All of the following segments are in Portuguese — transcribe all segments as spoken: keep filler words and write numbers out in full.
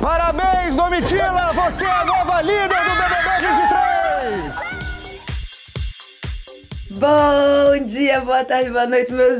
Parabéns, Domitila! Você é a nova líder do B B B vinte e três! Bom dia, boa tarde, boa noite, meus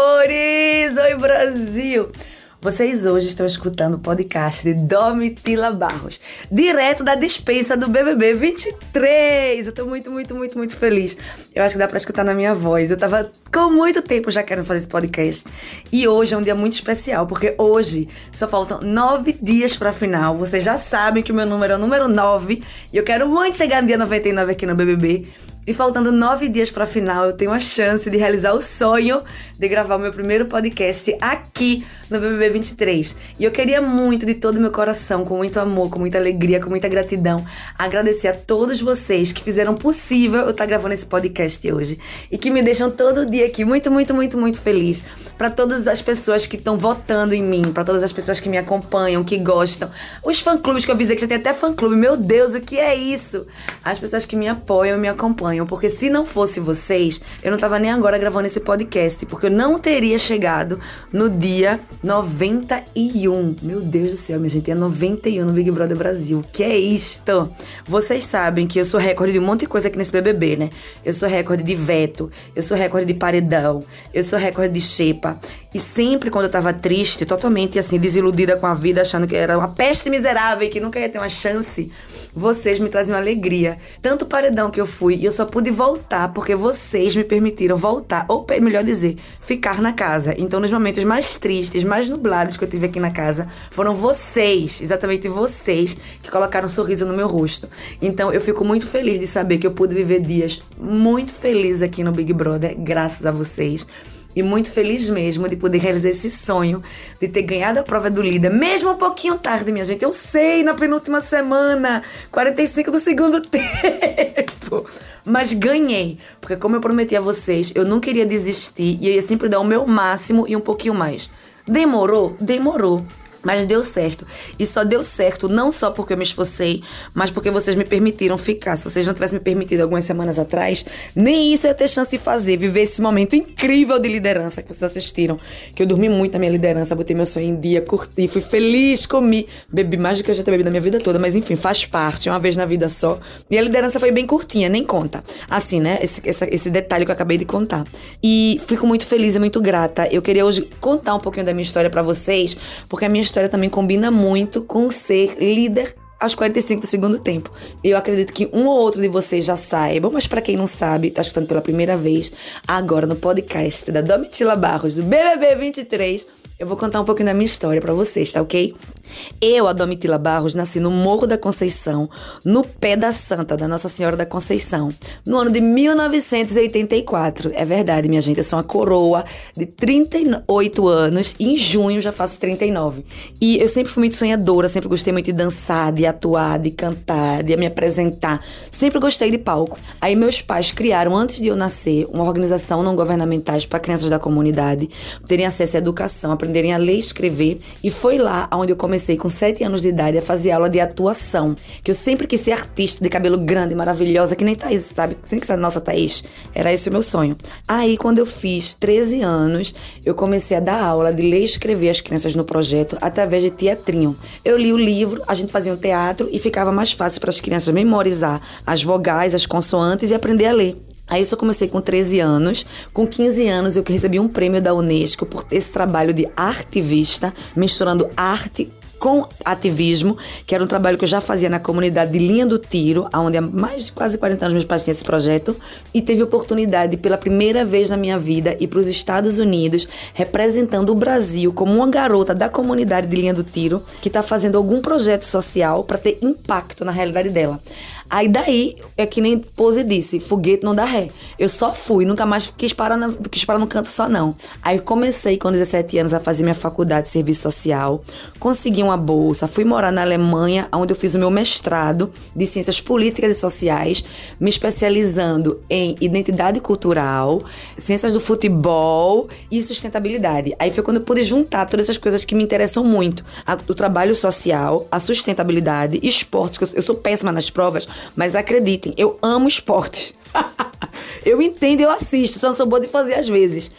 amores! Oi, Brasil! Vocês hoje estão escutando o podcast de Domitila Barros, direto da despensa do B B B vinte e três. Eu tô muito, muito, muito, muito feliz. Eu acho que dá pra escutar na minha voz. Eu tava com muito tempo já querendo fazer esse podcast. E hoje é um dia muito especial, porque hoje só faltam nove dias pra final. Vocês já sabem que o meu número é o número nove. E eu quero muito chegar no dia noventa e nove aqui no B B B. E faltando nove dias pra final, eu tenho a chance de realizar o sonho de gravar o meu primeiro podcast aqui no B B B vinte e três. E eu queria muito, de todo o meu coração, com muito amor, com muita alegria, com muita gratidão, agradecer a todos vocês que fizeram possível eu estar gravando esse podcast hoje. E que me deixam todo dia aqui muito, muito, muito, muito feliz. Pra todas as pessoas que estão votando em mim, pra todas as pessoas que me acompanham, que gostam. Os fã-clubes que eu avisei que já tem até fã-clube. Meu Deus, o que é isso? As pessoas que me apoiam e me acompanham. Porque se não fosse vocês, eu não tava nem agora gravando esse podcast, porque eu não teria chegado no dia noventa e um. Meu Deus do céu, minha gente, é noventa e um no Big Brother Brasil. Que é isto? Vocês sabem que eu sou recorde de um monte de coisa aqui nesse B B B, né? Eu sou recorde de veto, eu sou recorde de paredão, eu sou recorde de xepa. E sempre quando eu tava triste, totalmente assim, desiludida com a vida, achando que era uma peste miserável e que nunca ia ter uma chance, vocês me traziam alegria. Tanto paredão que eu fui, e eu só pude voltar porque vocês me permitiram voltar, ou melhor dizer, ficar na casa. Então, nos momentos mais tristes, mais nublados que eu tive aqui na casa, foram vocês, exatamente vocês, que colocaram um sorriso no meu rosto. Então, eu fico muito feliz de saber que eu pude viver dias muito felizes aqui no Big Brother, graças a vocês. E muito feliz mesmo de poder realizar esse sonho, de ter ganhado a prova do líder, mesmo um pouquinho tarde, minha gente. Eu sei, na penúltima semana, quarenta e cinco do segundo tempo. Mas ganhei, porque como eu prometi a vocês, eu não queria desistir e eu ia sempre dar o meu máximo e um pouquinho mais. Demorou? Demorou. Mas deu certo. E só deu certo não só porque eu me esforcei, mas porque vocês me permitiram ficar. Se vocês não tivessem me permitido algumas semanas atrás, nem isso eu ia ter chance de fazer. Viver esse momento incrível de liderança que vocês assistiram. Que eu dormi muito na minha liderança, botei meu sonho em dia, curti, fui feliz, comi. Bebi mais do que eu já tinha bebido na minha vida toda. Mas enfim, faz parte, uma vez na vida só. E a liderança foi bem curtinha, nem conta. Assim, né? Esse, esse, esse detalhe que eu acabei de contar. E fico muito feliz e muito grata. Eu queria hoje contar um pouquinho da minha história pra vocês, porque a minha história também combina muito com ser líder aos quarenta e cinco do segundo tempo. Eu acredito que um ou outro de vocês já saibam, mas pra quem não sabe, tá escutando pela primeira vez, agora no podcast da Domitila Barros, do B B B vinte e três, eu vou contar um pouquinho da minha história pra vocês, tá ok? Eu, a Domitila Barros, nasci no Morro da Conceição, no pé da Santa, da Nossa Senhora da Conceição, no ano de mil novecentos e oitenta e quatro. É verdade, minha gente, eu sou uma coroa de trinta e oito anos e em junho já faço trinta e nove. E eu sempre fui muito sonhadora, sempre gostei muito de dançar, de atuar, de cantar, de me apresentar. Sempre gostei de palco. Aí meus pais criaram, antes de eu nascer, uma organização não governamental para crianças da comunidade terem acesso à educação, aprenderem a ler e escrever. E foi lá onde eu comecei, com sete anos de idade, a fazer aula de atuação. Que eu sempre quis ser artista, de cabelo grande, maravilhosa, que nem Thaís, sabe? Tem que ser, nossa, Thaís. Era esse o meu sonho. Aí, quando eu fiz treze anos, eu comecei a dar aula de ler e escrever as crianças no projeto através de teatrinho. Eu li o livro, a gente fazia um teatro e ficava mais fácil para as crianças memorizar as vogais, as consoantes e aprender a ler. Aí isso eu comecei com treze anos. Com quinze anos eu recebi um prêmio da Unesco por esse trabalho de artivista, misturando arte com ativismo, que era um trabalho que eu já fazia na comunidade de Linha do Tiro, onde há mais de quase quarenta anos meus pais tinham esse projeto, e teve oportunidade pela primeira vez na minha vida ir para os Estados Unidos, representando o Brasil como uma garota da comunidade de Linha do Tiro, que está fazendo algum projeto social para ter impacto na realidade dela. Aí daí, é que nem Pose disse, foguete não dá ré. Eu só fui, nunca mais quis parar, na, quis parar no canto só não. Aí comecei com dezessete anos a fazer minha faculdade de serviço social, consegui uma bolsa, fui morar na Alemanha, onde eu fiz o meu mestrado de ciências políticas e sociais, me especializando em identidade cultural, ciências do futebol e sustentabilidade. Aí foi quando eu pude juntar todas essas coisas que me interessam muito. A, o trabalho social, a sustentabilidade, esportes, que eu, eu sou péssima nas provas, mas acreditem, eu amo esporte. Eu entendo, eu assisto, só não sou boa de fazer às vezes.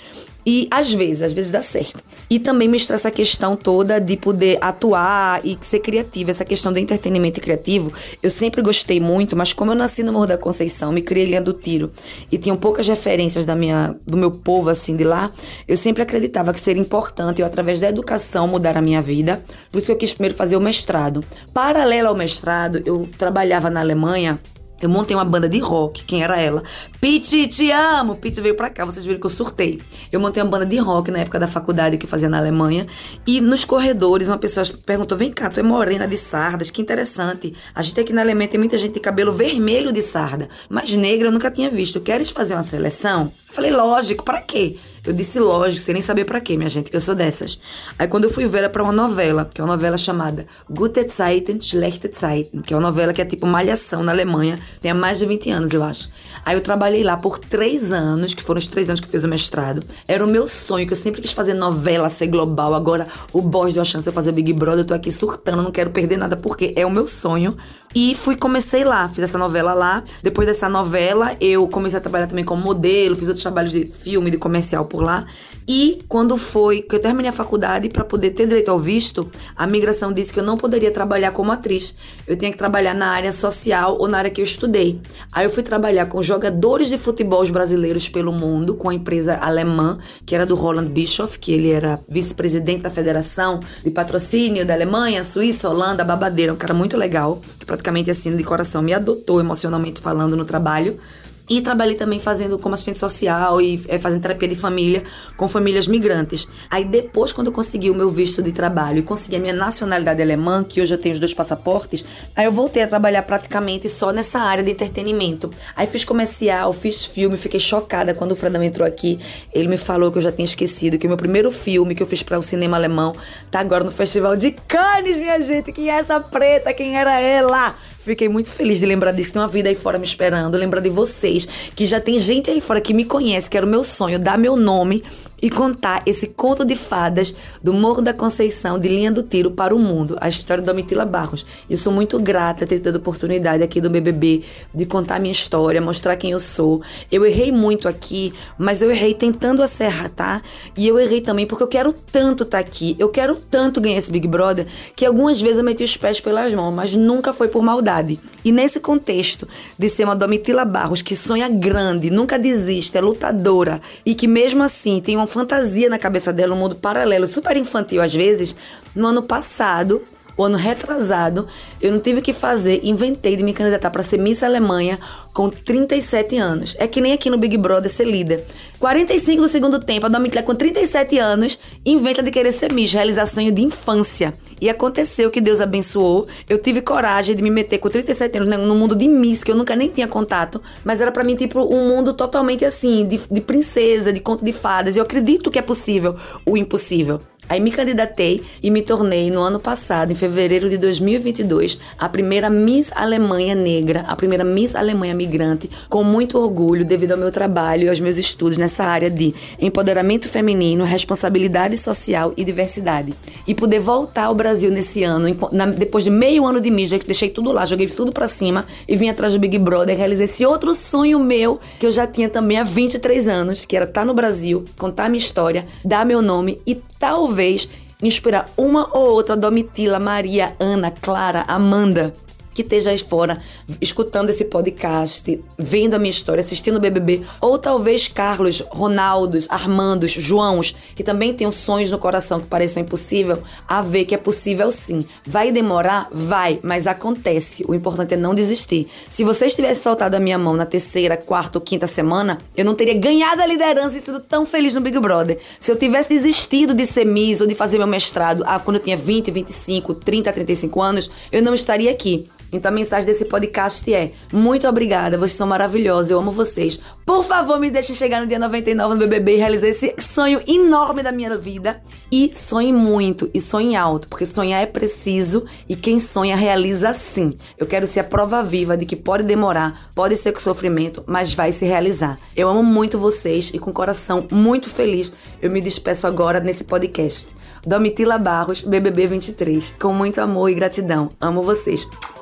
E às vezes, às vezes dá certo. E também mostrar essa questão toda de poder atuar e ser criativa. Essa questão do entretenimento criativo, eu sempre gostei muito, mas como eu nasci no Morro da Conceição, me criei em Linha do Tiro e tinham poucas referências da minha, do meu povo, assim, de lá, eu sempre acreditava que seria importante eu, através da educação, mudar a minha vida. Por isso que eu quis primeiro fazer o mestrado. Paralelo ao mestrado, eu trabalhava na Alemanha. Eu montei uma banda de rock. Quem era ela? Pete, te amo! Pete veio pra cá, vocês viram que eu surtei. Eu montei uma banda de rock na época da faculdade que eu fazia na Alemanha. E nos corredores, uma pessoa perguntou, vem cá, tu é morena de sardas, que interessante. A gente aqui na Alemanha tem muita gente de cabelo vermelho de sarda, mas negra eu nunca tinha visto. Queres fazer uma seleção? Eu falei, lógico, pra quê? Eu disse lógico, sem nem saber pra quê, minha gente, que eu sou dessas. Aí quando eu fui ver, era pra uma novela, que é uma novela chamada Gute Zeiten, Schlechte Zeiten, que é uma novela que é tipo Malhação na Alemanha, tem há mais de vinte anos, eu acho. Aí eu trabalhei lá por três anos, que foram os três anos que eu fiz o mestrado. Era o meu sonho, que eu sempre quis fazer novela, ser global. Agora o boss deu a chance de eu fazer o Big Brother, eu tô aqui surtando, não quero perder nada, porque é o meu sonho. E fui, comecei lá, fiz essa novela lá. Depois dessa novela, eu comecei a trabalhar também como modelo, fiz outros trabalhos de filme, de comercial por lá. E quando foi que eu terminei a faculdade, para poder ter direito ao visto, a migração disse que eu não poderia trabalhar como atriz. Eu tinha que trabalhar na área social ou na área que eu estudei. Aí eu fui trabalhar com jogadores de futebol brasileiros pelo mundo, com a empresa alemã, que era do Roland Bischoff, que ele era vice-presidente da Federação de Patrocínio da Alemanha, Suíça, Holanda, babadeira. Um cara muito legal, que praticamente assim, de coração, me adotou emocionalmente falando no trabalho. E trabalhei também fazendo como assistente social e é, fazendo terapia de família com famílias migrantes. Aí depois, quando eu consegui o meu visto de trabalho e consegui a minha nacionalidade alemã, que hoje eu tenho os dois passaportes, aí eu voltei a trabalhar praticamente só nessa área de entretenimento. Aí fiz comercial, fiz filme, fiquei chocada quando o Fredão entrou aqui. Ele me falou que eu já tinha esquecido que o meu primeiro filme que eu fiz para o cinema alemão tá agora no Festival de Cannes, minha gente. Quem é essa preta? Quem era ela? Fiquei muito feliz de lembrar disso, que tem uma vida aí fora me esperando. Lembrar de vocês, que já tem gente aí fora que me conhece, que era o meu sonho, dar meu nome e contar esse conto de fadas do Morro da Conceição, de Linha do Tiro, para o mundo. A história de Domitila Barros. Eu sou muito grata ter tido a oportunidade aqui do B B B de contar a minha história, mostrar quem eu sou. Eu errei muito aqui, mas eu errei tentando acertar. E eu errei também porque eu quero tanto estar aqui, eu quero tanto ganhar esse Big Brother, que algumas vezes eu meti os pés pelas mãos, mas nunca foi por maldade. E nesse contexto de ser uma Domitila Barros que sonha grande, nunca desiste, é lutadora e que mesmo assim tem uma fantasia na cabeça dela, um mundo paralelo, super infantil às vezes, no ano passado, o ano retrasado, eu não tive o que fazer, inventei de me candidatar para ser Miss Alemanha com trinta e sete anos. É que nem aqui no Big Brother ser líder. quarenta e cinco do segundo tempo, a Domitila com trinta e sete anos inventa de querer ser Miss, realizar sonho de infância. E aconteceu que Deus abençoou. Eu tive coragem de me meter com trinta e sete anos no mundo de Miss, que eu nunca nem tinha contato, mas era pra mim tipo um mundo totalmente assim, de, de princesa, de conto de fadas. Eu acredito que é possível o impossível. Aí me candidatei e me tornei, no ano passado, em fevereiro de dois mil e vinte e dois, a primeira Miss Alemanha negra, a primeira Miss Alemanha migrante, com muito orgulho devido ao meu trabalho e aos meus estudos nessa área de empoderamento feminino, responsabilidade social e diversidade. E poder voltar ao Brasil nesse ano, depois de meio ano de Miss, já que deixei tudo lá, joguei tudo pra cima e vim atrás do Big Brother, realizei esse outro sonho meu, que eu já tinha também há vinte e três anos, que era estar no Brasil, contar minha história, dar meu nome e talvez Talvez inspirar uma ou outra Domitila, Maria, Ana, Clara, Amanda, que esteja aí fora, escutando esse podcast, vendo a minha história, assistindo o B B B, ou talvez Carlos, Ronaldos, Armandos, Joãos, que também tenham sonhos no coração que pareçam impossível, a ver que é possível sim. Vai demorar? Vai, mas acontece. O importante é não desistir. Se vocês tivessem soltado a minha mão na terceira, quarta ou quinta semana, eu não teria ganhado a liderança e sido tão feliz no Big Brother. Se eu tivesse desistido de ser Miss ou de fazer meu mestrado ah, quando eu tinha vinte, vinte e cinco, trinta, trinta e cinco anos, eu não estaria aqui. Então a mensagem desse podcast é: muito obrigada, vocês são maravilhosos, eu amo vocês. Por favor, me deixem chegar no dia noventa e nove no B B B e realizar esse sonho enorme da minha vida. E sonhe muito, e sonhe alto, porque sonhar é preciso e quem sonha realiza sim. Eu quero ser a prova viva de que pode demorar, pode ser com sofrimento, mas vai se realizar. Eu amo muito vocês e com o coração muito feliz eu me despeço agora nesse podcast. Domitila Barros, B B B vinte e três. Com muito amor e gratidão. Amo vocês.